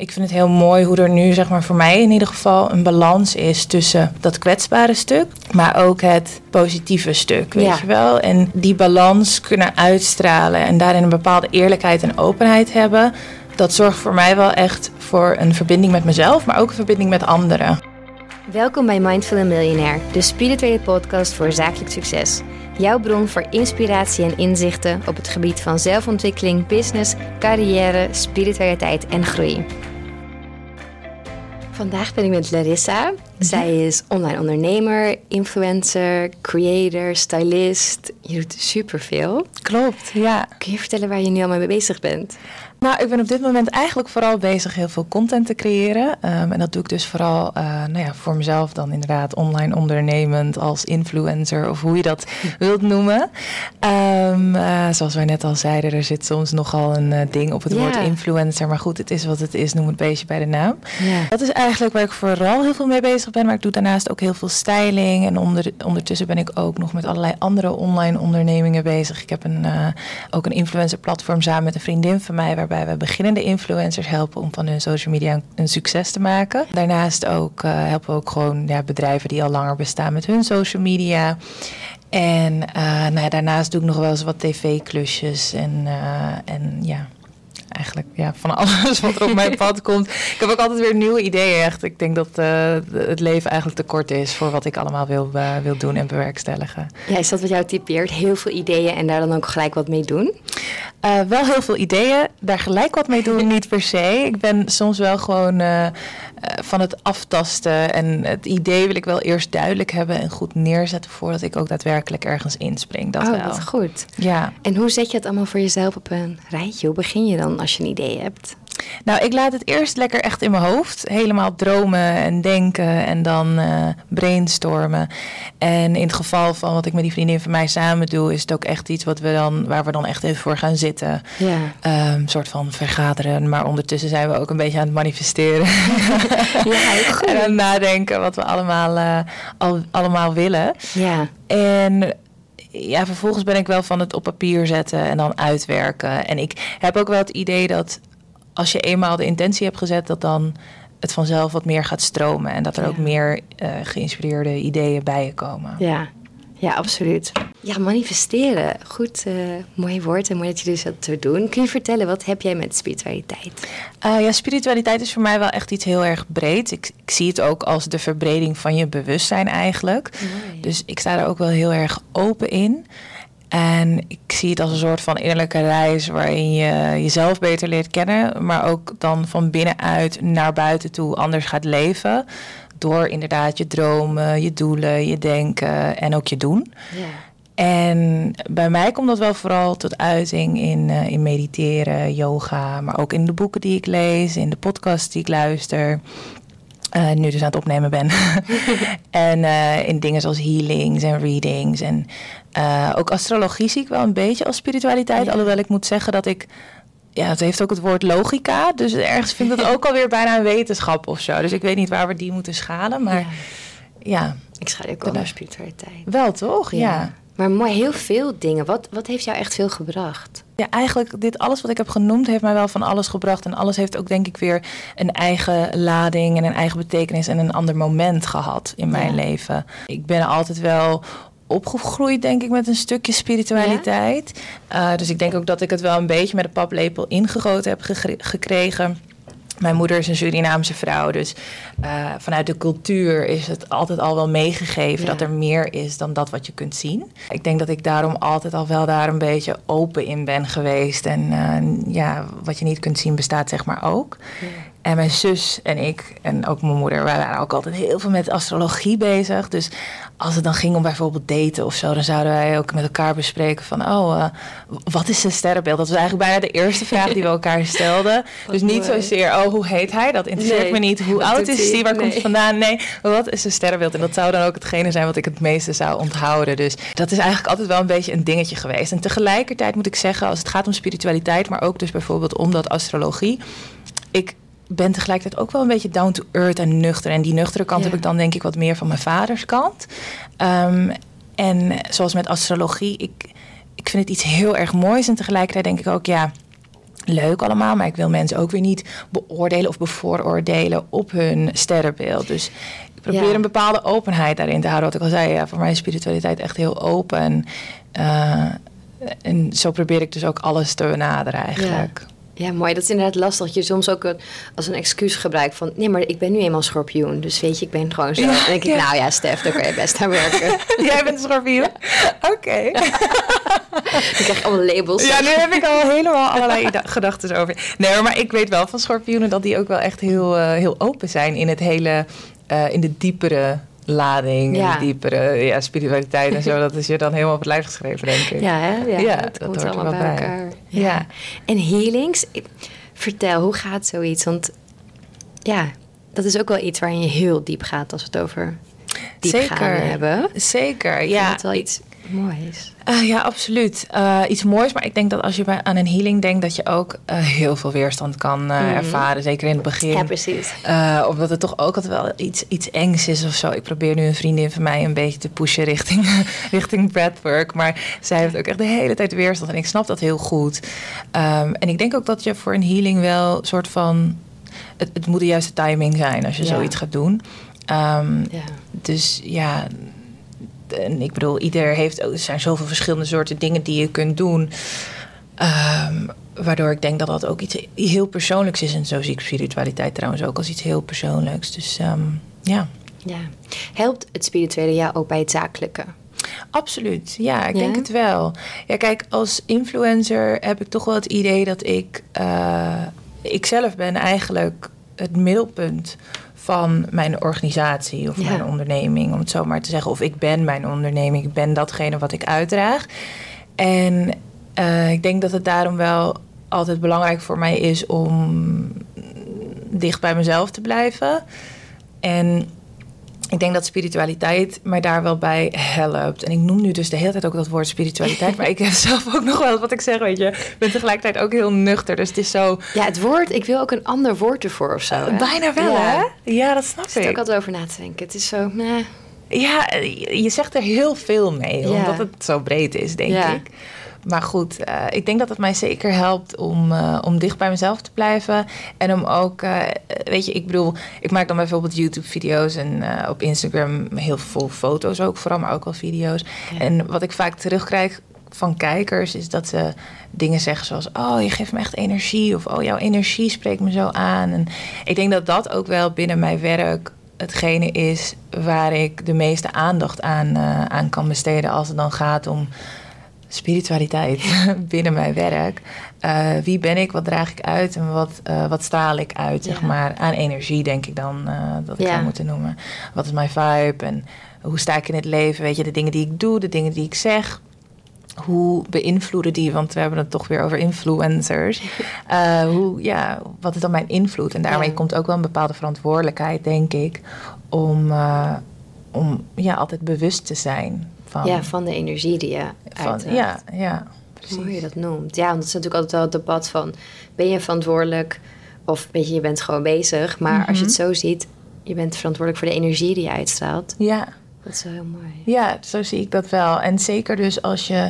Ik vind het heel mooi hoe er nu, zeg maar voor mij in ieder geval, een balans is tussen dat kwetsbare stuk, maar ook het positieve stuk, weet je wel. En die balans kunnen uitstralen en daarin een bepaalde eerlijkheid en openheid hebben. Dat zorgt voor mij wel echt voor een verbinding met mezelf, maar ook een verbinding met anderen. Welkom bij Mindful & Millionaire, de spirituele podcast voor zakelijk succes. Jouw bron voor inspiratie en inzichten op het gebied van zelfontwikkeling, business, carrière, spiritualiteit en groei. Vandaag ben ik met Larissa. Zij is online ondernemer, influencer, creator, stylist. Je doet superveel. Klopt, ja. Kun je vertellen waar je nu allemaal mee bezig bent? Nou, ik ben op dit moment eigenlijk vooral bezig heel veel content te creëren. En dat doe ik dus vooral voor mezelf dan inderdaad online ondernemend als influencer of hoe je dat wilt noemen. Zoals wij net al zeiden, er zit soms nogal een ding op het woord influencer. Maar goed, het is wat het is, noem het beestje bij de naam. Ja. Dat is eigenlijk waar ik vooral heel veel mee bezig ben. Maar ik doe daarnaast ook heel veel styling. En ondertussen ben ik ook nog met allerlei andere online ondernemingen bezig. Ik heb ook een influencer platform samen met een vriendin van mij, waarbij we beginnende influencers helpen om van hun social media een succes te maken. Daarnaast ook helpen we ook gewoon bedrijven die al langer bestaan met hun social media. En daarnaast doe ik nog wel eens wat tv-klusjes en eigenlijk van alles wat er op mijn pad komt. Ik heb ook altijd weer nieuwe ideeën, echt. Ik denk dat het leven eigenlijk te kort is voor wat ik allemaal wil doen en bewerkstelligen. Ja, is dat wat jou typeert? Heel veel ideeën en daar dan ook gelijk wat mee doen? Wel heel veel ideeën, daar gelijk wat mee doen, niet per se. Ik ben soms wel gewoon van het aftasten en het idee wil ik wel eerst duidelijk hebben en goed neerzetten voordat ik ook daadwerkelijk ergens inspring. Dat wel. Wat goed. Ja. En hoe zet je het allemaal voor jezelf op een rijtje? Hoe begin je dan als je een idee hebt? Nou, ik laat het eerst lekker echt in mijn hoofd. Helemaal dromen en denken en dan brainstormen. En in het geval van wat ik met die vriendin van mij samen doe, is het ook echt iets waar we dan echt even voor gaan zitten. Ja. Een soort van vergaderen. Maar ondertussen zijn we ook een beetje aan het manifesteren. Ja, goed. En aan het nadenken wat we allemaal willen. Ja. En vervolgens ben ik wel van het op papier zetten en dan uitwerken. En ik heb ook wel het idee dat als je eenmaal de intentie hebt gezet, dat dan het vanzelf wat meer gaat stromen. En dat er ook meer geïnspireerde ideeën bij je komen. Ja, absoluut. Ja, manifesteren. Goed, mooi woord en mooi dat je dus dat te doen. Kun je vertellen, wat heb jij met spiritualiteit? Spiritualiteit is voor mij wel echt iets heel erg breed. Ik zie het ook als de verbreding van je bewustzijn eigenlijk. Mooi. Dus ik sta er ook wel heel erg open in. En ik zie het als een soort van innerlijke reis waarin je jezelf beter leert kennen, maar ook dan van binnenuit naar buiten toe anders gaat leven. Door inderdaad je dromen, je doelen, je denken en ook je doen. Ja. En bij mij komt dat wel vooral tot uiting in mediteren, yoga, maar ook in de boeken die ik lees, in de podcasts die ik luister. Nu dus aan het opnemen ben. En in dingen zoals healings en readings. En ook astrologie zie ik wel een beetje als spiritualiteit. Ja. Alhoewel ik moet zeggen dat ik... Ja, het heeft ook het woord logica. Dus ergens vind ik dat ook alweer bijna een wetenschap of zo. Dus ik weet niet waar we die moeten schalen. Maar ja. Ik schaal ook wel naar spiritualiteit. Wel toch? Ja. Maar mooi, heel veel dingen. Wat heeft jou echt veel gebracht? Ja, eigenlijk alles wat ik heb genoemd heeft mij wel van alles gebracht. En alles heeft ook denk ik weer een eigen lading en een eigen betekenis en een ander moment gehad in mijn leven. Ik ben altijd wel opgegroeid, denk ik, met een stukje spiritualiteit. Ja? Dus ik denk ook dat ik het wel een beetje met een paplepel ingegoten heb gekregen. Mijn moeder is een Surinaamse vrouw, dus vanuit de cultuur is het altijd al wel meegegeven dat er meer is dan dat wat je kunt zien. Ik denk dat ik daarom altijd al wel daar een beetje open in ben geweest. En wat je niet kunt zien bestaat zeg maar ook. Ja. En mijn zus en ik en ook mijn moeder, wij waren ook altijd heel veel met astrologie bezig. Dus als het dan ging om bijvoorbeeld daten of zo, dan zouden wij ook met elkaar bespreken van, wat is zijn sterrenbeeld? Dat was eigenlijk bijna de eerste vraag die we elkaar stelden. Dus niet zozeer, hoe heet hij? Dat interesseert me niet. Hoe oud is hij? Waar komt het vandaan? Nee, wat is zijn sterrenbeeld? En dat zou dan ook hetgene zijn wat ik het meeste zou onthouden. Dus dat is eigenlijk altijd wel een beetje een dingetje geweest. En tegelijkertijd moet ik zeggen, als het gaat om spiritualiteit, maar ook dus bijvoorbeeld om dat astrologie, ik ben tegelijkertijd ook wel een beetje down to earth en nuchter. En die nuchtere kant heb ik dan denk ik wat meer van mijn vaders kant. En zoals met astrologie, ik vind het iets heel erg moois. En tegelijkertijd denk ik ook, leuk allemaal, maar ik wil mensen ook weer niet beoordelen of bevooroordelen op hun sterrenbeeld. Dus ik probeer een bepaalde openheid daarin te houden. Wat ik al zei, ja, voor mij is spiritualiteit echt heel open. En zo probeer ik dus ook alles te benaderen eigenlijk. Ja, mooi. Dat is inderdaad lastig. Dat je soms ook als een excuus gebruikt van... nee, maar ik ben nu eenmaal schorpioen. Dus weet je, ik ben gewoon zo. En dan denk ik, nou ja, Stef, daar kan je best aan werken. Jij bent een schorpioen? Ja. Oké. Dan krijg je allemaal labels. Ja, nu heb ik al helemaal allerlei gedachten over. Nee, maar ik weet wel van schorpioenen dat die ook wel echt heel open zijn in het hele... in de diepere lading, en de diepere spiritualiteit en zo. Dat is je dan helemaal op het lijf geschreven, denk ik. Ja, hè? Ja, dat komt hoort allemaal bij elkaar. Ja. En healings, vertel, hoe gaat zoiets? Want ja, dat is ook wel iets waarin je heel diep gaat als we het over diepgaan hebben. Zeker, ja. Ik vind het wel iets moois. Ja, absoluut. Iets moois, maar ik denk dat als je aan een healing denkt... dat je ook heel veel weerstand kan ervaren. Zeker in het begin. Ja, precies. Omdat het toch ook altijd wel iets engs is of zo. Ik probeer nu een vriendin van mij een beetje te pushen richting breathwork. Maar zij heeft ook echt de hele tijd weerstand. En ik snap dat heel goed. En ik denk ook dat je voor een healing wel een soort van... Het moet de juiste timing zijn als je zoiets gaat doen. Dus ja... En ik bedoel, er zijn zoveel verschillende soorten dingen die je kunt doen. Waardoor ik denk dat dat ook iets heel persoonlijks is. En zo zie ik spiritualiteit trouwens ook als iets heel persoonlijks. Dus ja. Helpt het spirituele jou ook bij het zakelijke? Absoluut, ja, ik denk het wel. Ja, kijk, als influencer heb ik toch wel het idee dat ik zelf ben eigenlijk het middelpunt van mijn organisatie of mijn onderneming, om het zo maar te zeggen. Of ik ben mijn onderneming, ik ben datgene wat ik uitdraag. En ik denk dat het daarom wel altijd belangrijk voor mij is om dicht bij mezelf te blijven. En ik denk dat spiritualiteit mij daar wel bij helpt. En ik noem nu dus de hele tijd ook dat woord spiritualiteit. Maar ik heb zelf ook nog wel wat ik zeg, weet je. Ik ben tegelijkertijd ook heel nuchter. Dus het is zo... Ja, het woord, ik wil ook een ander woord ervoor of zo. Bijna wel, hè? Ja, dat snap ik. Ik zit ook altijd over na te denken. Het is zo, Ja, je zegt er heel veel mee. Omdat het zo breed is, denk ik. Maar goed, ik denk dat het mij zeker helpt om dicht bij mezelf te blijven. En om ook, weet je, ik bedoel, ik maak dan bijvoorbeeld YouTube-video's en op Instagram heel veel foto's ook vooral, maar ook wel video's. Ja. En wat ik vaak terugkrijg van kijkers is dat ze dingen zeggen zoals... oh, je geeft me echt energie. Of oh, jouw energie spreekt me zo aan. En ik denk dat dat ook wel binnen mijn werk hetgene is waar ik de meeste aandacht aan kan besteden als het dan gaat om spiritualiteit binnen mijn werk. Wie ben ik, wat draag ik uit en wat straal ik uit, zeg maar, aan energie, denk ik dan dat ik zou moeten noemen. Wat is mijn vibe en hoe sta ik in het leven? Weet je, de dingen die ik doe, de dingen die ik zeg, hoe beïnvloeden die? Want we hebben het toch weer over influencers. Wat is dan mijn invloed? En daarmee komt ook wel een bepaalde verantwoordelijkheid, denk ik, om altijd bewust te zijn van de energie die je uitdraagt. Ja, precies. Hoe je dat noemt. Ja, want het is natuurlijk altijd wel het debat van... ben je verantwoordelijk? Of weet je bent gewoon bezig. Maar als je het zo ziet... je bent verantwoordelijk voor de energie die je uitstraalt. Ja. Dat is wel heel mooi. Ja, zo zie ik dat wel. En zeker dus als je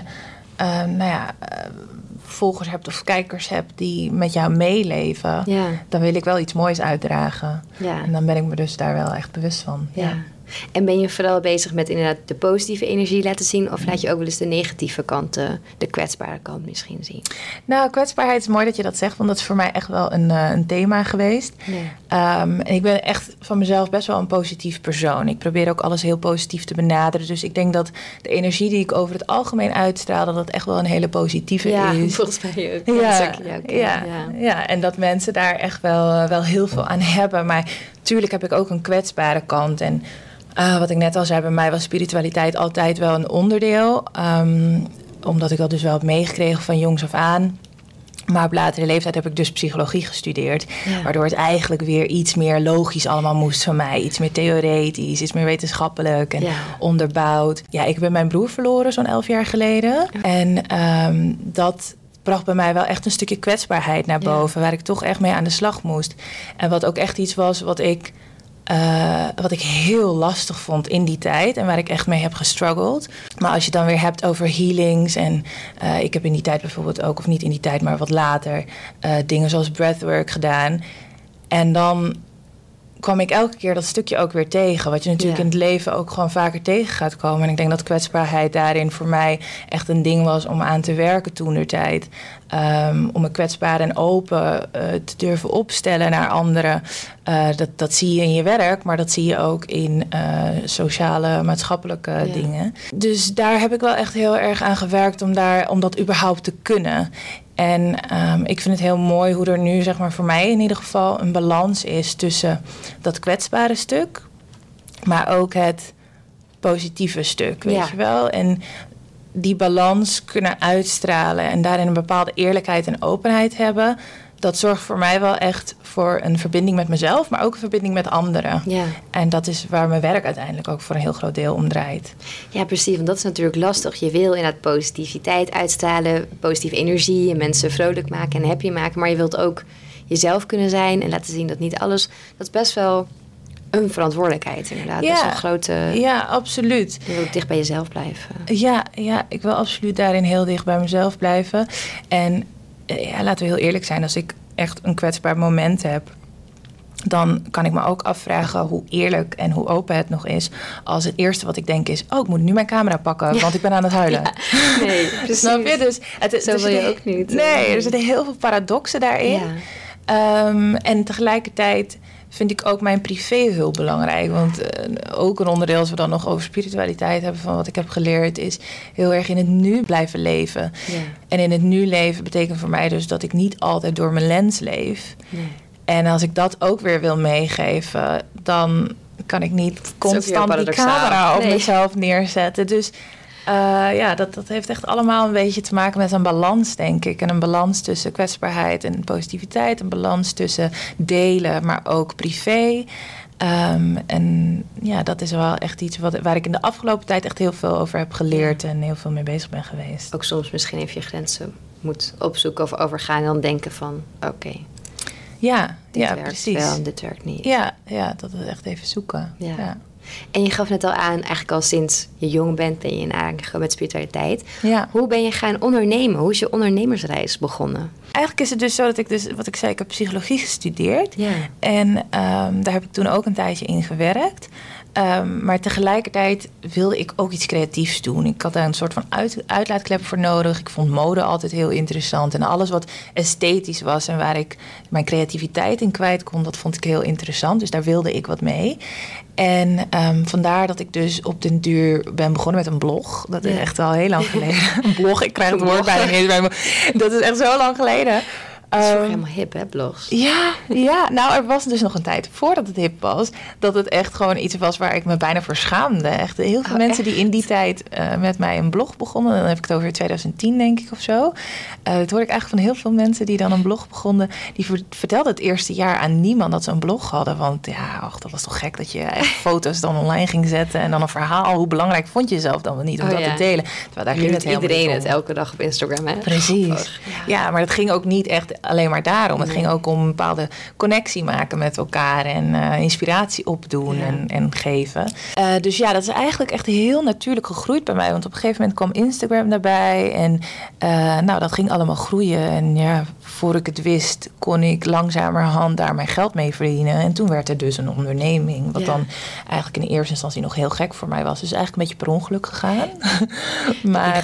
volgers hebt of kijkers hebt die met jou meeleven... dan wil ik wel iets moois uitdragen. Ja. En dan ben ik me dus daar wel echt bewust van. Ja. En ben je vooral bezig met inderdaad de positieve energie laten zien... of laat je ook wel eens de negatieve kant, de kwetsbare kant misschien zien? Nou, kwetsbaarheid is mooi dat je dat zegt... want dat is voor mij echt wel een thema geweest. Ja. En ik ben echt van mezelf best wel een positief persoon. Ik probeer ook alles heel positief te benaderen. Dus ik denk dat de energie die ik over het algemeen uitstraal... dat echt wel een hele positieve is. Ja, volgens mij ook. Ja, en dat mensen daar echt wel heel veel aan hebben. Maar natuurlijk heb ik ook een kwetsbare kant... en wat ik net al zei, bij mij was spiritualiteit altijd wel een onderdeel. Omdat ik dat dus wel heb meegekregen van jongs af aan. Maar op latere leeftijd heb ik dus psychologie gestudeerd. Ja. Waardoor het eigenlijk weer iets meer logisch allemaal moest van mij. Iets meer theoretisch, iets meer wetenschappelijk en onderbouwd. Ja, ik ben mijn broer verloren zo'n 11 jaar geleden. Ja. En dat bracht bij mij wel echt een stukje kwetsbaarheid naar boven. Waar ik toch echt mee aan de slag moest. En wat ook echt iets was wat ik Wat ik heel lastig vond in die tijd en waar ik echt mee heb gestruggeld. Maar als je dan weer hebt over healings en ik heb in die tijd bijvoorbeeld ook, of niet in die tijd, maar wat later, dingen zoals breathwork gedaan. En dan kwam ik elke keer dat stukje ook weer tegen. Wat je natuurlijk in het leven ook gewoon vaker tegen gaat komen. En ik denk dat kwetsbaarheid daarin voor mij echt een ding was om aan te werken toentertijd. Om me kwetsbaar en open te durven opstellen naar anderen. Dat zie je in je werk, maar dat zie je ook in sociale, maatschappelijke dingen. Dus daar heb ik wel echt heel erg aan gewerkt om dat überhaupt te kunnen. En ik vind het heel mooi hoe er nu, zeg maar voor mij in ieder geval, een balans is tussen dat kwetsbare stuk, maar ook het positieve stuk, weet je wel. En die balans kunnen uitstralen en daarin een bepaalde eerlijkheid en openheid hebben. Dat zorgt voor mij wel echt voor een verbinding met mezelf, maar ook een verbinding met anderen. Ja. En dat is waar mijn werk uiteindelijk ook voor een heel groot deel om draait. Ja, precies. Want dat is natuurlijk lastig. Je wil inderdaad positiviteit uitstralen, positieve energie en mensen vrolijk maken en happy maken. Maar je wilt ook jezelf kunnen zijn en laten zien dat niet alles... Dat is best wel een verantwoordelijkheid inderdaad. Ja, best wel een grote... Ja, absoluut. Je wilt dicht bij jezelf blijven. Ja, ik wil absoluut daarin heel dicht bij mezelf blijven. En laten we heel eerlijk zijn, als ik echt een kwetsbaar moment heb, dan kan ik me ook afvragen hoe eerlijk en hoe open het nog is. Als het eerste wat ik denk is, ik moet nu mijn camera pakken, want ik ben aan het huilen. Ja, nee, precies. Snap je? Dus zo wil je ook niet. Nee, er zitten heel veel paradoxen daarin. Ja. En tegelijkertijd vind ik ook mijn privé heel belangrijk. Want ook een onderdeel, als we dan nog over spiritualiteit hebben, van wat ik heb geleerd, is heel erg in het nu blijven leven. Ja. En in het nu leven betekent voor mij dus dat ik niet altijd door mijn lens leef. Nee. En als ik dat ook weer wil meegeven, dan kan ik niet constant die camera op mezelf neerzetten. Dus dat heeft echt allemaal een beetje te maken met een balans, denk ik. En een balans tussen kwetsbaarheid en positiviteit. Een balans tussen delen, maar ook privé. En dat is wel echt iets waar ik in de afgelopen tijd echt heel veel over heb geleerd en heel veel mee bezig ben geweest. Ook soms misschien even je grenzen moet opzoeken of overgaan en dan denken van oké. Dit werkt precies. Wel en dit werkt niet. Ja, dat we echt even zoeken. Ja. En je gaf net al aan, eigenlijk al sinds je jong bent ben je in aanraking gekomen met spiritualiteit. Ja. Hoe ben je gaan ondernemen? Hoe is je ondernemersreis begonnen? Eigenlijk is het dus zo dat ik wat ik zei, ik heb psychologie gestudeerd. Ja. En daar heb ik toen ook een tijdje in gewerkt. Maar tegelijkertijd wilde ik ook iets creatiefs doen. Ik had daar een soort van uitlaatklep voor nodig. Ik vond mode altijd heel interessant. En alles wat esthetisch was en waar ik mijn creativiteit in kwijt kon, dat vond ik heel interessant. Dus daar wilde ik wat mee. En vandaar dat ik dus op den duur ben begonnen met een blog. Dat is echt al heel lang geleden. Een blog, ik krijg het woord bijna niet eens bij me. Dat is echt zo lang geleden. Dat is vroeger helemaal hip, hè, blogs? Ja, nou, er was dus nog een tijd voordat het hip was, dat het echt gewoon iets was waar ik me bijna voor schaamde. Echt heel veel mensen die in die tijd met mij een blog begonnen. Dan heb ik het over 2010, denk ik, of zo. Dat hoor ik eigenlijk van heel veel mensen die dan een blog begonnen. Die vertelden het eerste jaar aan niemand dat ze een blog hadden. Want dat was toch gek dat je echt foto's dan online ging zetten en dan een verhaal. Hoe belangrijk vond je jezelf dan wel niet om dat te delen? Terwijl daar ging het iedereen het elke dag op Instagram, hè? Precies. Ja, maar het ging ook niet echt alleen maar daarom. Het ging ook om een bepaalde connectie maken met elkaar en inspiratie opdoen en geven. Dus dat is eigenlijk echt heel natuurlijk gegroeid bij mij. Want op een gegeven moment kwam Instagram daarbij en dat ging allemaal groeien. En voor ik het wist, kon ik langzamerhand daar mijn geld mee verdienen. En toen werd er dus een onderneming, wat dan eigenlijk in eerste instantie nog heel gek voor mij was. Dus eigenlijk een beetje per ongeluk gegaan. Maar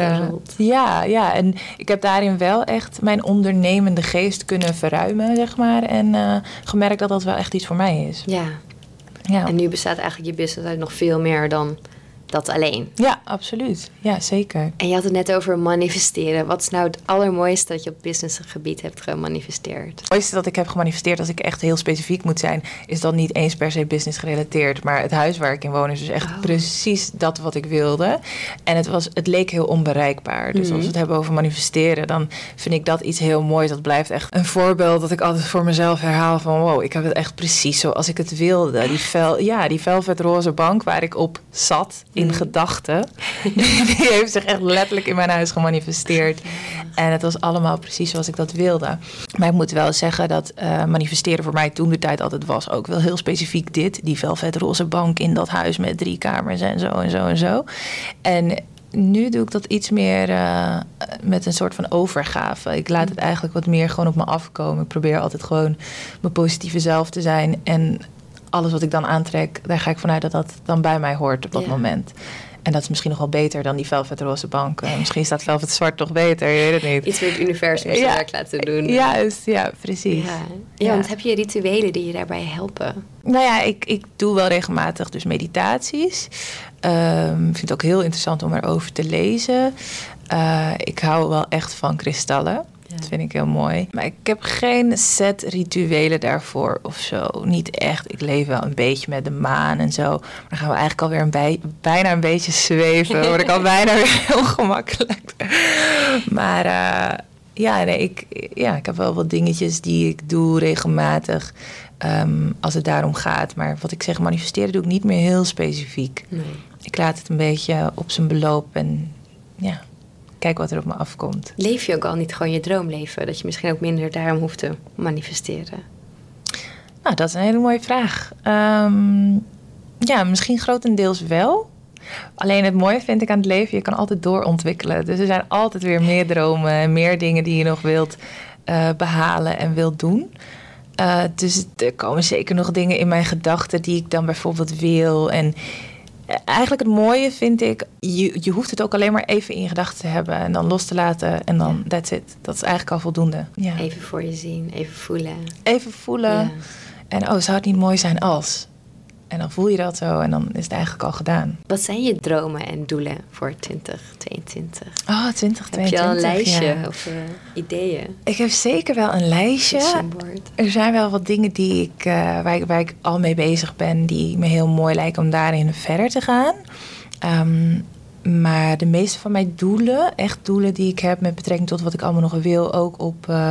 en ik heb daarin wel echt mijn ondernemende geest kunnen verruimen, zeg maar. En gemerkt dat dat wel echt iets voor mij is. Ja. En nu bestaat eigenlijk je business uit nog veel meer dan dat alleen. Ja, absoluut. Ja, zeker. En je had het net over manifesteren. Wat is nou het allermooiste dat je op businessgebied hebt gemanifesteerd? Het mooiste dat ik heb gemanifesteerd, als ik echt heel specifiek moet zijn, is dan niet eens per se business gerelateerd. Maar het huis waar ik in woon is dus echt precies dat wat ik wilde. En het leek heel onbereikbaar. Dus als we het hebben over manifesteren, dan vind ik dat iets heel moois. Dat blijft echt een voorbeeld dat ik altijd voor mezelf herhaal van wow, ik heb het echt precies zoals ik het wilde. Die velvetroze bank waar ik op zat in gedachten. Die heeft zich echt letterlijk in mijn huis gemanifesteerd. En het was allemaal precies zoals ik dat wilde. Maar ik moet wel zeggen dat manifesteren voor mij toen de tijd altijd was. Ook wel heel specifiek dit. Die velvetroze bank in dat huis met 3 kamers en zo en zo en zo. En nu doe ik dat iets meer met een soort van overgave. Ik laat het eigenlijk wat meer gewoon op me afkomen. Ik probeer altijd gewoon mijn positieve zelf te zijn. En alles wat ik dan aantrek, daar ga ik vanuit dat dat dan bij mij hoort op dat moment. En dat is misschien nog wel beter dan die velvetroze bank. Misschien staat velvet zwart toch beter, je weet het niet. Iets met het universum zijn werk laten doen. Juist, ja, precies. Ja, want heb je rituelen die je daarbij helpen? Nou ja, ik doe wel regelmatig dus meditaties. Ik vind het ook heel interessant om erover te lezen. Ik hou wel echt van kristallen. Dat vind ik heel mooi. Maar ik heb geen set rituelen daarvoor of zo. Niet echt. Ik leef wel een beetje met de maan en zo. Maar dan gaan we eigenlijk alweer bijna een beetje zweven. Dan word ik al bijna weer heel gemakkelijk. Maar ik heb wel wat dingetjes die ik doe regelmatig. Als het daarom gaat. Maar wat ik zeg, manifesteren doe ik niet meer heel specifiek. Nee. Ik laat het een beetje op zijn beloop en ja... Kijk wat er op me afkomt. Leef je ook al niet gewoon je droomleven? Dat je misschien ook minder daarom hoeft te manifesteren? Nou, dat is een hele mooie vraag. Misschien grotendeels wel. Alleen het mooie vind ik aan het leven, je kan altijd doorontwikkelen. Dus er zijn altijd weer meer dromen en meer dingen die je nog wilt behalen en wilt doen. Dus er komen zeker nog dingen in mijn gedachten die ik dan bijvoorbeeld wil. En eigenlijk het mooie vind ik, je hoeft het ook alleen maar even in je gedachten te hebben en dan los te laten en dan that's it. Dat is eigenlijk al voldoende. Ja. Even voor je zien, even voelen. Even voelen. Ja. En zou het niet mooi zijn als? En dan voel je dat zo en dan is het eigenlijk al gedaan. Wat zijn je dromen en doelen voor 2022? Oh, 2022. Heb je al een lijstje of ideeën? Ik heb zeker wel een lijstje. Er zijn wel wat dingen die waar ik al mee bezig ben, die me heel mooi lijken om daarin verder te gaan. Maar de meeste van mijn doelen, echt doelen die ik heb met betrekking tot wat ik allemaal nog wil, ook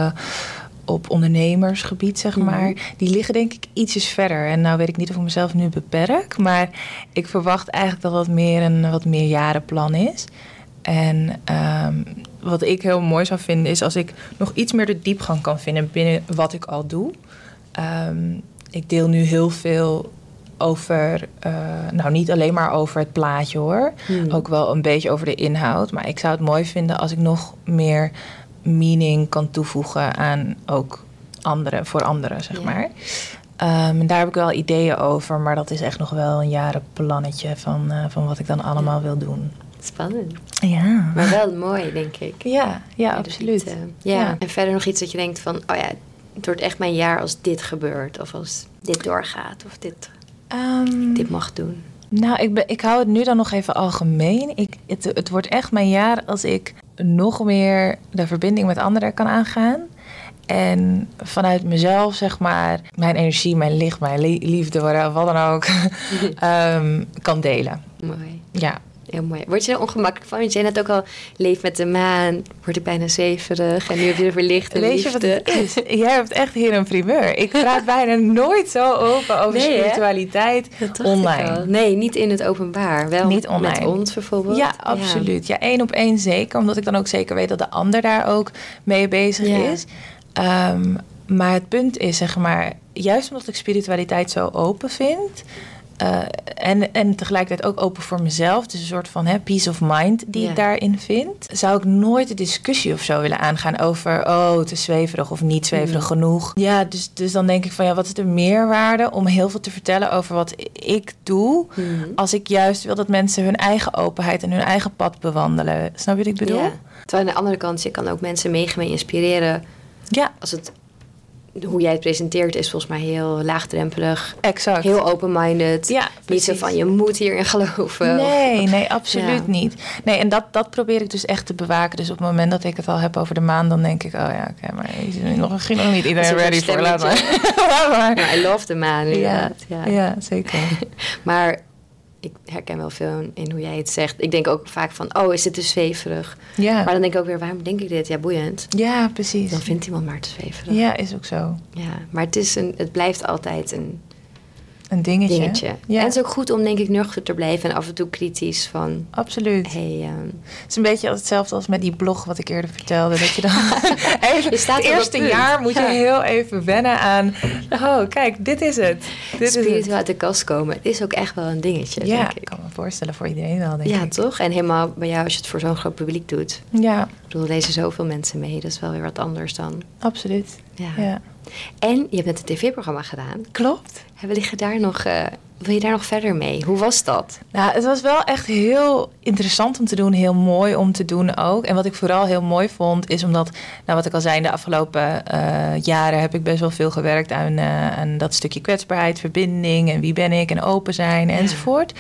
op ondernemersgebied, zeg maar. Die liggen denk ik ietsjes verder. En nou weet ik niet of ik mezelf nu beperk. Maar ik verwacht eigenlijk dat dat meer een wat meerjarenplan is. En wat ik heel mooi zou vinden is als ik nog iets meer de diepgang kan vinden binnen wat ik al doe. Ik deel nu heel veel over, niet alleen maar over het plaatje hoor. Ook wel een beetje over de inhoud. Maar ik zou het mooi vinden als ik nog meer meaning kan toevoegen aan ook voor anderen, zeg maar. En daar heb ik wel ideeën over, maar dat is echt nog wel een jarenplannetje van wat ik dan allemaal wil doen. Spannend. Ja. Maar wel mooi, denk ik. Ja, absoluut. Ja. En verder nog iets dat je denkt van, het wordt echt mijn jaar als dit gebeurt, of als dit doorgaat, of dit mag doen. Nou, ik hou het nu dan nog even algemeen. Het wordt echt mijn jaar als ik nog meer de verbinding met anderen kan aangaan. En vanuit mezelf, zeg maar, mijn energie, mijn licht, mijn liefde, wat dan ook, kan delen. Mooi. Ja. Heel mooi. Word je er ongemakkelijk van? Want jij net ook al leeft met de maan, word ik bijna zeverig en nu heb je de verlichte liefde. Weet je wat het is? Jij hebt echt hier een primeur. Ik praat bijna nooit zo open over spiritualiteit online. Nee, niet in het openbaar. Wel niet online. Met ons bijvoorbeeld. Ja, absoluut. Ja, 1 op 1 zeker. Omdat ik dan ook zeker weet dat de ander daar ook mee bezig is. Maar het punt is, zeg maar, juist omdat ik spiritualiteit zo open vind, en tegelijkertijd ook open voor mezelf, dus een soort van peace of mind die ik daarin vind, zou ik nooit de discussie of zo willen aangaan over het is zweverig of niet zweverig genoeg. Ja, dus dan denk ik van wat is de meerwaarde om heel veel te vertellen over wat ik doe, als ik juist wil dat mensen hun eigen openheid en hun eigen pad bewandelen. Snap je wat ik bedoel? Ja. Terwijl aan de andere kant, je kan ook mensen mee inspireren. Ja. Als hoe jij het presenteert is volgens mij heel laagdrempelig. Exact. Heel open-minded. Ja, niet zo van je moet hierin geloven. Nee, absoluut niet. Nee, en dat probeer ik dus echt te bewaken. Dus op het moment dat ik het al heb over de maan, dan denk ik, maar misschien nog niet iedereen ready voor. Laat maar. Ja, I love de maan inderdaad. Ja, zeker. Maar ik herken wel veel in hoe jij het zegt. Ik denk ook vaak van, is dit te zweverig? Ja. Maar dan denk ik ook weer, waarom denk ik dit? Ja, boeiend. Ja, precies. Dan vindt iemand maar te zweverig. Ja, is ook zo. Ja, maar het blijft altijd een een dingetje. Ja. En het is ook goed om, denk ik, nuchter te blijven en af en toe kritisch van... Absoluut. Hey, het is een beetje hetzelfde als met die blog wat ik eerder vertelde. Dat je dan even, je staat het eerste jaar moet je heel even wennen aan... Oh, kijk, dit is het. Spiritueel uit de kast komen. Het is ook echt wel een dingetje, denk ik. Ik kan me voorstellen voor iedereen wel, denk ik. Ja, toch? En helemaal bij jou als je het voor zo'n groot publiek doet. Ja. Ik bedoel, er lezen zoveel mensen mee. Dat is wel weer wat anders dan. Absoluut. Ja. En je hebt net een tv-programma gedaan. Klopt. Wil je daar nog verder mee? Hoe was dat? Nou, het was wel echt heel interessant om te doen. Heel mooi om te doen ook. En wat ik vooral heel mooi vond, is omdat... Nou, wat ik al zei, in de afgelopen jaren heb ik best wel veel gewerkt aan dat stukje kwetsbaarheid, verbinding en wie ben ik en open zijn enzovoort.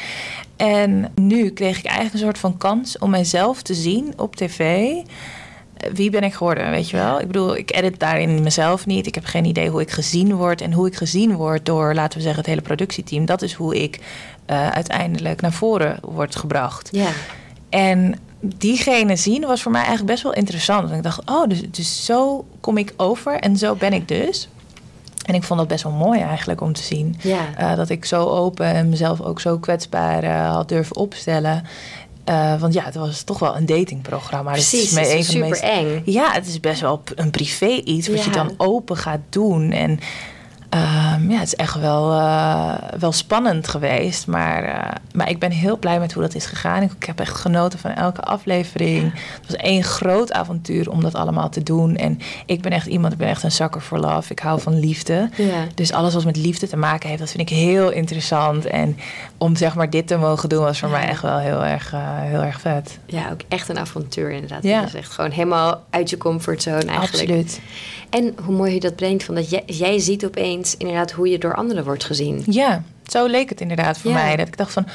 En nu kreeg ik eigenlijk een soort van kans om mijzelf te zien op tv. Wie ben ik geworden, weet je wel? Ik bedoel, ik edit daarin mezelf niet. Ik heb geen idee hoe ik gezien word. En hoe ik gezien word door, laten we zeggen, het hele productieteam. Dat is hoe ik uiteindelijk naar voren word gebracht. Ja. En diegene zien was voor mij eigenlijk best wel interessant. Want ik dacht, dus zo kom ik over en zo ben ik dus. En ik vond dat best wel mooi eigenlijk om te zien. Ja. Dat ik zo open en mezelf ook zo kwetsbaar had durven opstellen. Want het was toch wel een datingprogramma. Precies, het is super eng. Ja, het is best wel een privé iets wat je dan open gaat doen. En het is echt wel spannend geweest. Maar ik ben heel blij met hoe dat is gegaan. Ik heb echt genoten van elke aflevering. Ja. Het was één groot avontuur om dat allemaal te doen. En ik ben echt een sucker for love. Ik hou van liefde. Ja. Dus alles wat met liefde te maken heeft, dat vind ik heel interessant. En om zeg maar dit te mogen doen was voor mij echt wel heel erg vet. Ja, ook echt een avontuur inderdaad. Ja. Dat is echt gewoon helemaal uit je comfortzone eigenlijk. Absoluut. En hoe mooi je dat brengt, van dat jij ziet opeens inderdaad hoe je door anderen wordt gezien. Ja, zo leek het inderdaad voor mij. Dat ik dacht van,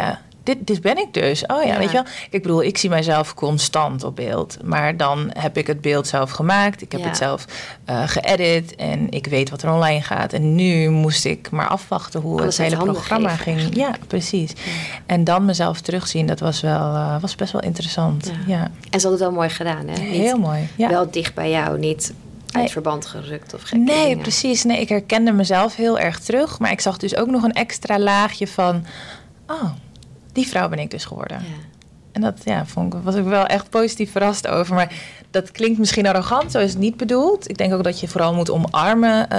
dit ben ik dus. Weet je wel. Ik bedoel, ik zie mijzelf constant op beeld. Maar dan heb ik het beeld zelf gemaakt. Ik heb het zelf geëdit. En ik weet wat er online gaat. En nu moest ik maar afwachten hoe het hele programma ging. Ja, precies. Ja. En dan mezelf terugzien, dat was best wel interessant. Ja. En ze hadden het wel mooi gedaan, hè? Heel mooi. Ja. Wel dicht bij jou, niet uit verband gerukt of gekke Nee, dingen. precies. Nee, ik herkende mezelf heel erg terug. Maar ik zag dus ook nog een extra laagje van... die vrouw ben ik dus geworden. Ja. En dat was ik wel echt positief verrast over. Maar dat klinkt misschien arrogant, zo is het niet bedoeld. Ik denk ook dat je vooral moet omarmen...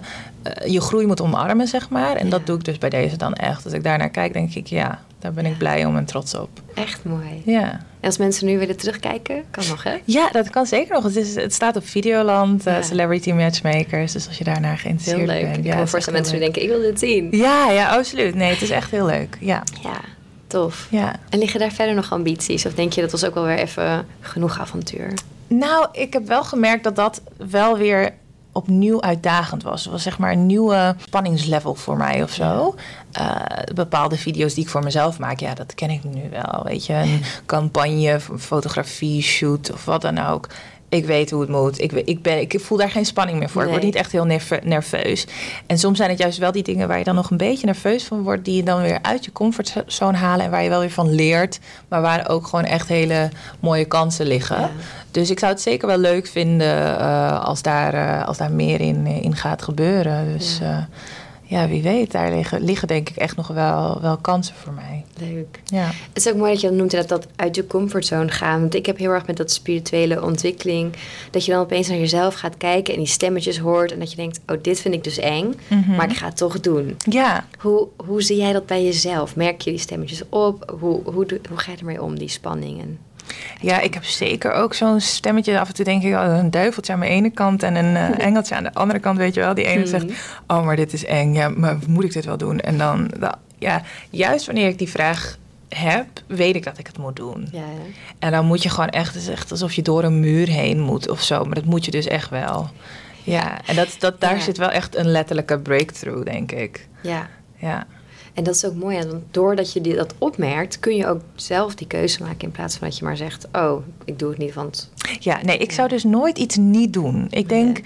je groei moet omarmen, zeg maar. En dat doe ik dus bij deze dan echt. Als ik daarnaar kijk, denk ik, daar ben ik blij om en trots op. Echt mooi. Ja. En als mensen nu willen terugkijken, kan nog, hè? Ja, dat kan zeker nog. Het staat op Videoland, Celebrity Matchmakers. Dus als je daarnaar geïnteresseerd bent. Heel leuk. Ik kan me voorstellen mensen nu denken, ik wil dit zien. Ja, absoluut. Nee, het is echt heel leuk. Ja. Tof. Ja. En liggen daar verder nog ambities? Of denk je, dat was ook wel weer even genoeg avontuur? Nou, ik heb wel gemerkt dat wel weer opnieuw uitdagend was. Het was zeg maar een nieuwe spanningslevel voor mij of zo. Bepaalde video's die ik voor mezelf maak, dat ken ik nu wel. Weet je, een campagne, fotografie, shoot of wat dan ook. Ik weet hoe het moet. Ik voel daar geen spanning meer voor. Nee. Ik word niet echt heel nerveus. En soms zijn het juist wel die dingen waar je dan nog een beetje nerveus van wordt, die je dan weer uit je comfortzone halen en waar je wel weer van leert, maar waar ook gewoon echt hele mooie kansen liggen. Ja. Dus ik zou het zeker wel leuk vinden als daar meer in gaat gebeuren. Dus wie weet, daar liggen denk ik echt nog wel kansen voor mij. Leuk. Ja. Het is ook mooi dat je dan noemt dat uit je comfortzone gaan. Want ik heb heel erg met dat spirituele ontwikkeling, dat je dan opeens naar jezelf gaat kijken en die stemmetjes hoort en dat je denkt, dit vind ik dus eng, maar ik ga het toch doen. Ja. Hoe zie jij dat bij jezelf? Merk je die stemmetjes op? Hoe ga je ermee om, die spanningen? Ja, ik heb zeker ook zo'n stemmetje. Af en toe denk ik, een duiveltje aan mijn ene kant en een engeltje aan de andere kant, weet je wel. Die ene zegt, maar dit is eng. Ja, maar moet ik dit wel doen? En dan, juist wanneer ik die vraag heb, weet ik dat ik het moet doen. Ja. En dan moet je gewoon echt, het is echt alsof je door een muur heen moet of zo. Maar dat moet je dus echt wel. Ja, en daar zit wel echt een letterlijke breakthrough, denk ik. Ja. En dat is ook mooi, want doordat je dat opmerkt, kun je ook zelf die keuze maken in plaats van dat je maar zegt, ik doe het niet, want... Ja, nee, ik zou dus nooit iets niet doen. Ik denk,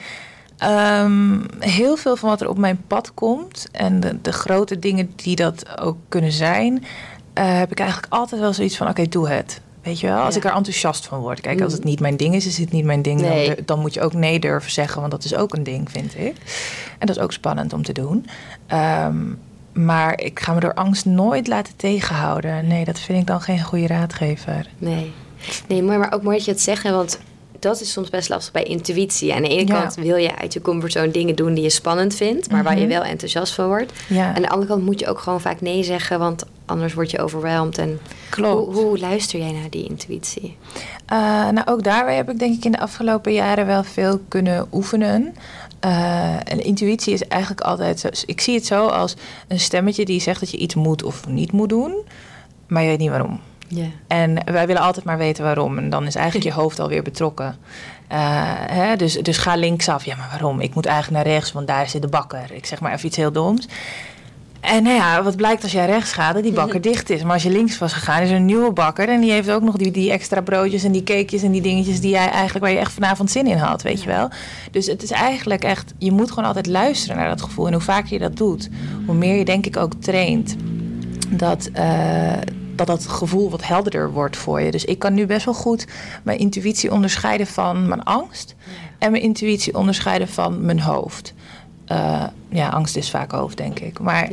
heel veel van wat er op mijn pad komt en de grote dingen die dat ook kunnen zijn, heb ik eigenlijk altijd wel zoiets van, oké, doe het. Weet je wel, als ik er enthousiast van word. Kijk, als het niet mijn ding is het niet mijn ding. Nee. Dan moet je ook nee durven zeggen, want dat is ook een ding, vind ik. En dat is ook spannend om te doen. Maar ik ga me door angst nooit laten tegenhouden. Nee, dat vind ik dan geen goede raadgever. Nee, maar ook mooi dat je het zegt. Want dat is soms best lastig bij intuïtie. Aan de ene kant wil je uit je comfortzone dingen doen die je spannend vindt, maar waar je wel enthousiast van wordt. Ja. Aan de andere kant moet je ook gewoon vaak nee zeggen, want anders word je overweldigd. En klopt. Hoe luister jij naar die intuïtie? Ook daarbij heb ik denk ik in de afgelopen jaren wel veel kunnen oefenen. En intuïtie is eigenlijk altijd zo. Ik zie het zo als een stemmetje die zegt dat je iets moet of niet moet doen, maar je weet niet waarom. Yeah. En wij willen altijd maar weten waarom. En dan is eigenlijk je hoofd alweer betrokken. Dus ga linksaf. Ja, maar waarom? Ik moet eigenlijk naar rechts, want daar zit de bakker. Ik zeg maar even iets heel doms. En wat blijkt als jij rechts gaat, dat die bakker dicht is. Maar als je links was gegaan, is er een nieuwe bakker. En die heeft ook nog die extra broodjes en die cakejes en die dingetjes die jij eigenlijk, waar je echt vanavond zin in had, weet je wel. Dus het is eigenlijk echt, je moet gewoon altijd luisteren naar dat gevoel. En hoe vaker je dat doet, hoe meer je denk ik ook traint dat gevoel wat helderder wordt voor je. Dus ik kan nu best wel goed mijn intuïtie onderscheiden van mijn angst. En mijn intuïtie onderscheiden van mijn hoofd. Angst is vaak hoofd, denk ik. Maar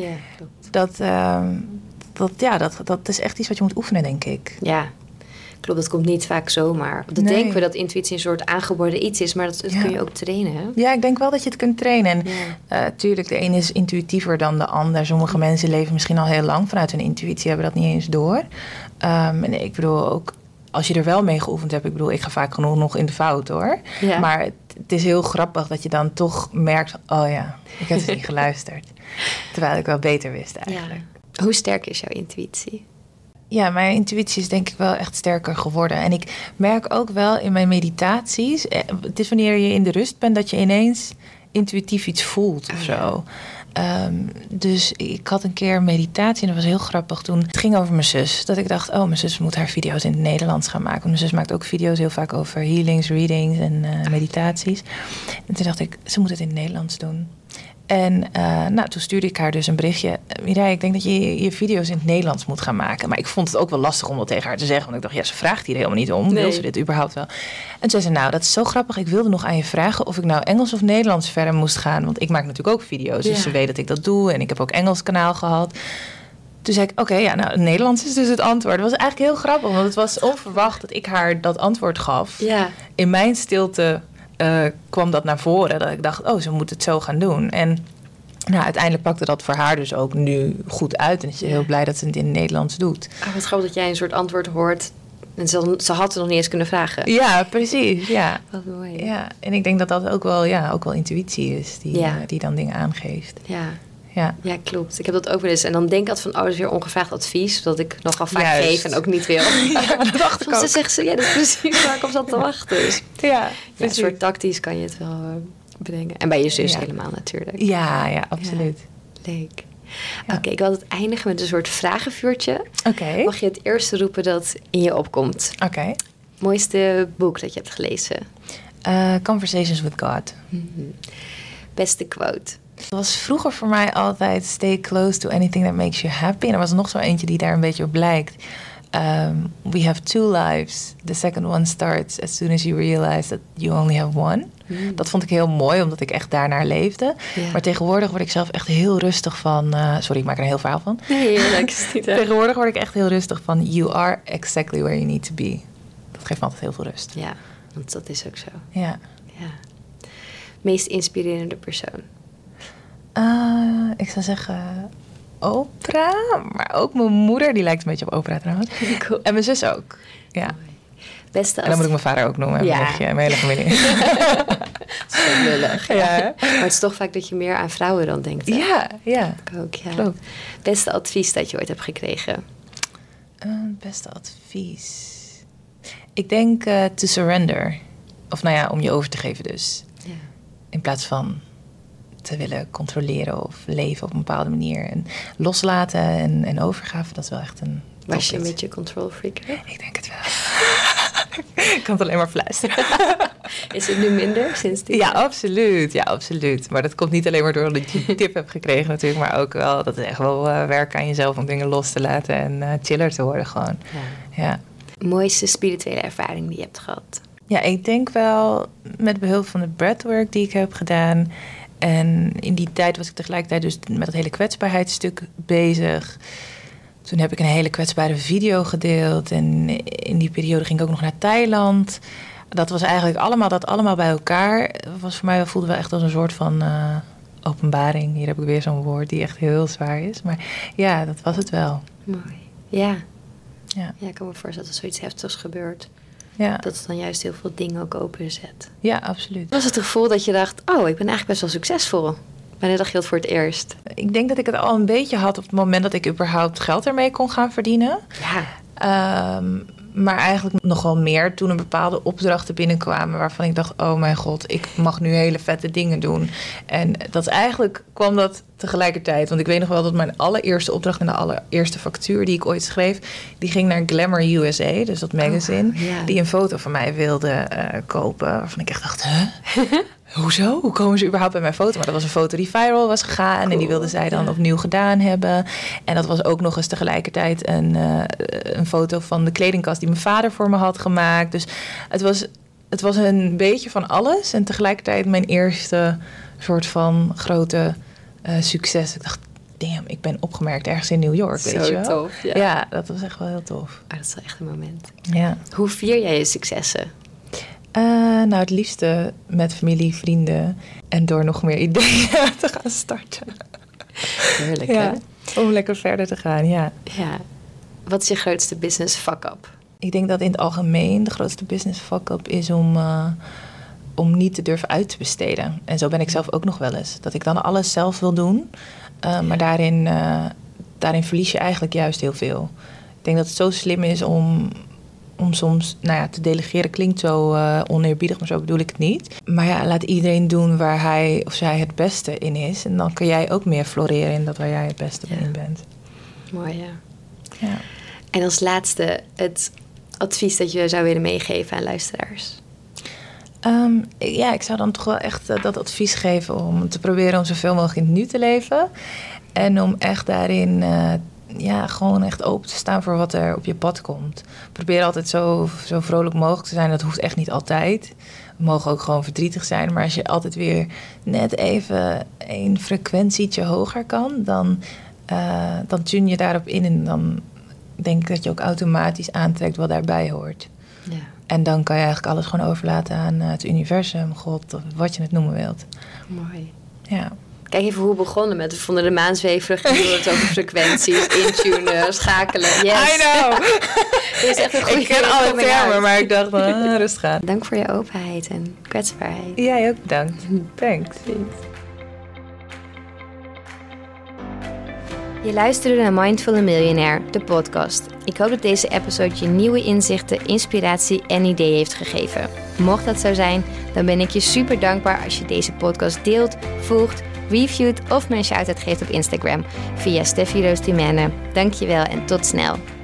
dat is echt iets wat je moet oefenen, denk ik. Ja, klopt. Dat komt niet vaak zomaar. Dan denken we dat intuïtie een soort aangeboren iets is, maar dat kun je ook trainen, hè? Ja, ik denk wel dat je het kunt trainen. En tuurlijk, de ene is intuïtiever dan de ander. Sommige mensen leven misschien al heel lang vanuit hun intuïtie, hebben dat niet eens door. En ik bedoel ook, als je er wel mee geoefend hebt, ik ga vaak genoeg nog in de fout, hoor. Ja. Maar het is heel grappig dat je dan toch merkt, ik heb het niet geluisterd. Terwijl ik wel beter wist eigenlijk. Ja. Hoe sterk is jouw intuïtie? Ja, mijn intuïtie is denk ik wel echt sterker geworden. En ik merk ook wel in mijn meditaties, het is wanneer je in de rust bent, dat je ineens intuïtief iets voelt of zo. Dus ik had een keer een meditatie en dat was heel grappig toen. Het ging over mijn zus. Dat ik dacht, mijn zus moet haar video's in het Nederlands gaan maken. Want mijn zus maakt ook video's heel vaak over healings, readings en meditaties. En toen dacht ik, ze moet het in het Nederlands doen. En toen stuurde ik haar dus een berichtje. Mireille, ik denk dat je je video's in het Nederlands moet gaan maken. Maar ik vond het ook wel lastig om dat tegen haar te zeggen. Want ik dacht, ze vraagt hier helemaal niet om. Nee. Wil ze dit überhaupt wel? En toen zei ze, dat is zo grappig. Ik wilde nog aan je vragen of ik nou Engels of Nederlands verder moest gaan. Want ik maak natuurlijk ook video's. Dus ze weet dat ik dat doe. En ik heb ook Engels kanaal gehad. Toen zei ik, Nederlands is dus het antwoord. Het was eigenlijk heel grappig. Want het was onverwacht dat ik haar dat antwoord gaf. Ja. In mijn stilte kwam dat naar voren. Dat ik dacht, ze moet het zo gaan doen. En uiteindelijk pakte dat voor haar dus ook nu goed uit. En is ze heel blij dat ze het in het Nederlands doet. Wat grappig dat jij een soort antwoord hoort. En ze had het nog niet eens kunnen vragen. Ja, precies. Ja. Wat mooi. Ja. En ik denk dat dat ook wel intuïtie is. Die dan dingen aangeeft. Ja, klopt. Ik heb dat ook wel eens. En dan denk ik altijd van, dat is weer ongevraagd advies. Dat ik nogal vaak geef en ook niet wil. Ja, dat dacht ik ook. Ze zegt dat is precies waar ik op zat te wachten. Dus, een soort tactisch kan je het wel bedenken. En bij je zus helemaal natuurlijk. Ja, absoluut. Ja, leuk. Ja. Oké, ik wil het eindigen met een soort vragenvuurtje. Oké. Mag je het eerste roepen dat in je opkomt? Oké. Mooiste boek dat je hebt gelezen? Conversations with God. Mm-hmm. Beste quote? Het was vroeger voor mij altijd stay close to anything that makes you happy. En er was nog zo eentje die daar een beetje op lijkt. We have two lives. The second one starts as soon as you realize that you only have one. Mm. Dat vond ik heel mooi, omdat ik echt daarnaar leefde. Yeah. Maar tegenwoordig word ik zelf echt heel rustig van... sorry, ik maak er een heel verhaal van. Nee, dat is niet echt. Tegenwoordig word ik echt heel rustig van... You are exactly where you need to be. Dat geeft me altijd heel veel rust. Ja, want dat is ook zo. Ja. Meest inspirerende persoon? Ik zou zeggen Oprah, maar ook mijn moeder, die lijkt een beetje op Oprah trouwens. Cool. En mijn zus ook. Ja. Beste en dan moet ik mijn vader ook noemen, mijn hele familie. Dat is wel lullig. Ja. Maar het is toch vaak dat je meer aan vrouwen dan denkt. Hè? Ja. Ik ook, ja. Klopt. Beste advies dat je ooit hebt gekregen? Beste advies? Ik denk to surrender. Of om je over te geven dus. Ja. In plaats van te willen controleren of leven op een bepaalde manier. En loslaten en overgave, dat is wel echt een... Was je een beetje control freak? Ik denk het wel. Ik kan het alleen maar fluisteren. Is het nu minder sinds die Ja, absoluut. Maar dat komt niet alleen maar door dat je een tip hebt gekregen natuurlijk, maar ook wel dat het echt wel werken aan jezelf om dingen los te laten en chiller te worden gewoon. Ja. Mooiste spirituele ervaring die je hebt gehad? Ja, ik denk wel met behulp van de breathwork die ik heb gedaan En in die tijd was ik tegelijkertijd dus met dat hele kwetsbaarheidsstuk bezig. Toen heb ik een hele kwetsbare video gedeeld. En in die periode ging ik ook nog naar Thailand. Dat was eigenlijk allemaal bij elkaar. Was voor mij voelde wel echt als een soort van openbaring. Hier heb ik weer zo'n woord die echt heel zwaar is. Maar ja, dat was het wel. Mooi. Ja, ik kan me voorstellen dat er zoiets heftigs gebeurt. Ja. Dat het dan juist heel veel dingen ook openzet. Ja, absoluut. Was het gevoel dat je dacht, ik ben eigenlijk best wel succesvol? Wanneer dacht je dat voor het eerst? Ik denk dat ik het al een beetje had op het moment dat ik überhaupt geld ermee kon gaan verdienen. Ja. Maar eigenlijk nog wel meer toen er bepaalde opdrachten binnenkwamen waarvan ik dacht, oh mijn god, ik mag nu hele vette dingen doen. En dat eigenlijk kwam dat tegelijkertijd. Want ik weet nog wel dat mijn allereerste opdracht en de allereerste factuur die ik ooit schreef, die ging naar Glamour USA, dus dat magazine, die een foto van mij wilde kopen. Waarvan ik echt dacht, hoezo? Hoe komen ze überhaupt bij mijn foto? Maar dat was een foto die viral was gegaan. Cool. En die wilde zij dan opnieuw gedaan hebben. En dat was ook nog eens tegelijkertijd een foto van de kledingkast die mijn vader voor me had gemaakt. Dus het was een beetje van alles. En tegelijkertijd mijn eerste soort van grote succes. Ik dacht, damn, ik ben opgemerkt ergens in New York. Weet je wel? Tof, ja. Ja, dat was echt wel heel tof. Dat is wel echt een moment. Ja. Hoe vier jij je successen? Het liefste met familie, vrienden en door nog meer ideeën te gaan starten. Heerlijk, hè? Om lekker verder te gaan, ja. Wat is je grootste business fuck-up? Ik denk dat in het algemeen de grootste business fuck-up is om niet te durven uit te besteden. En zo ben ik zelf ook nog wel eens. Dat ik dan alles zelf wil doen, maar daarin verlies je eigenlijk juist heel veel. Ik denk dat het zo slim is om soms, te delegeren klinkt zo oneerbiedig, maar zo bedoel ik het niet. Maar laat iedereen doen waar hij of zij het beste in is. En dan kan jij ook meer floreren in dat waar jij het beste in bent. Mooi, ja. En als laatste, het advies dat je zou willen meegeven aan luisteraars? Ik zou dan toch wel echt dat advies geven om te proberen om zoveel mogelijk in het nu te leven. En om echt daarin gewoon echt open te staan voor wat er op je pad komt. Probeer altijd zo vrolijk mogelijk te zijn. Dat hoeft echt niet altijd. We mogen ook gewoon verdrietig zijn. Maar als je altijd weer net even een frequentietje hoger kan, dan tune je daarop in. En dan denk ik dat je ook automatisch aantrekt wat daarbij hoort. Ja. En dan kan je eigenlijk alles gewoon overlaten aan het universum, God, of wat je het noemen wilt. Mooi. Ja. Kijk even hoe we begonnen met. We vonden de maansweverig, het over frequenties, intunen, schakelen. Yes. I know. Dit is echt een goede. Ik ken alle termen, maar ik dacht, rustig aan. Dank voor je openheid en kwetsbaarheid. Jij ook bedankt. Thanks. Je luisterde naar Mindful & Millionaire, de podcast. Ik hoop dat deze episode je nieuwe inzichten, inspiratie en ideeën heeft gegeven. Mocht dat zo zijn, dan ben ik je super dankbaar als je deze podcast deelt, volgt, reviewt of me een shout-out geeft op Instagram via Steffi Roos Dimene. Dankjewel en tot snel.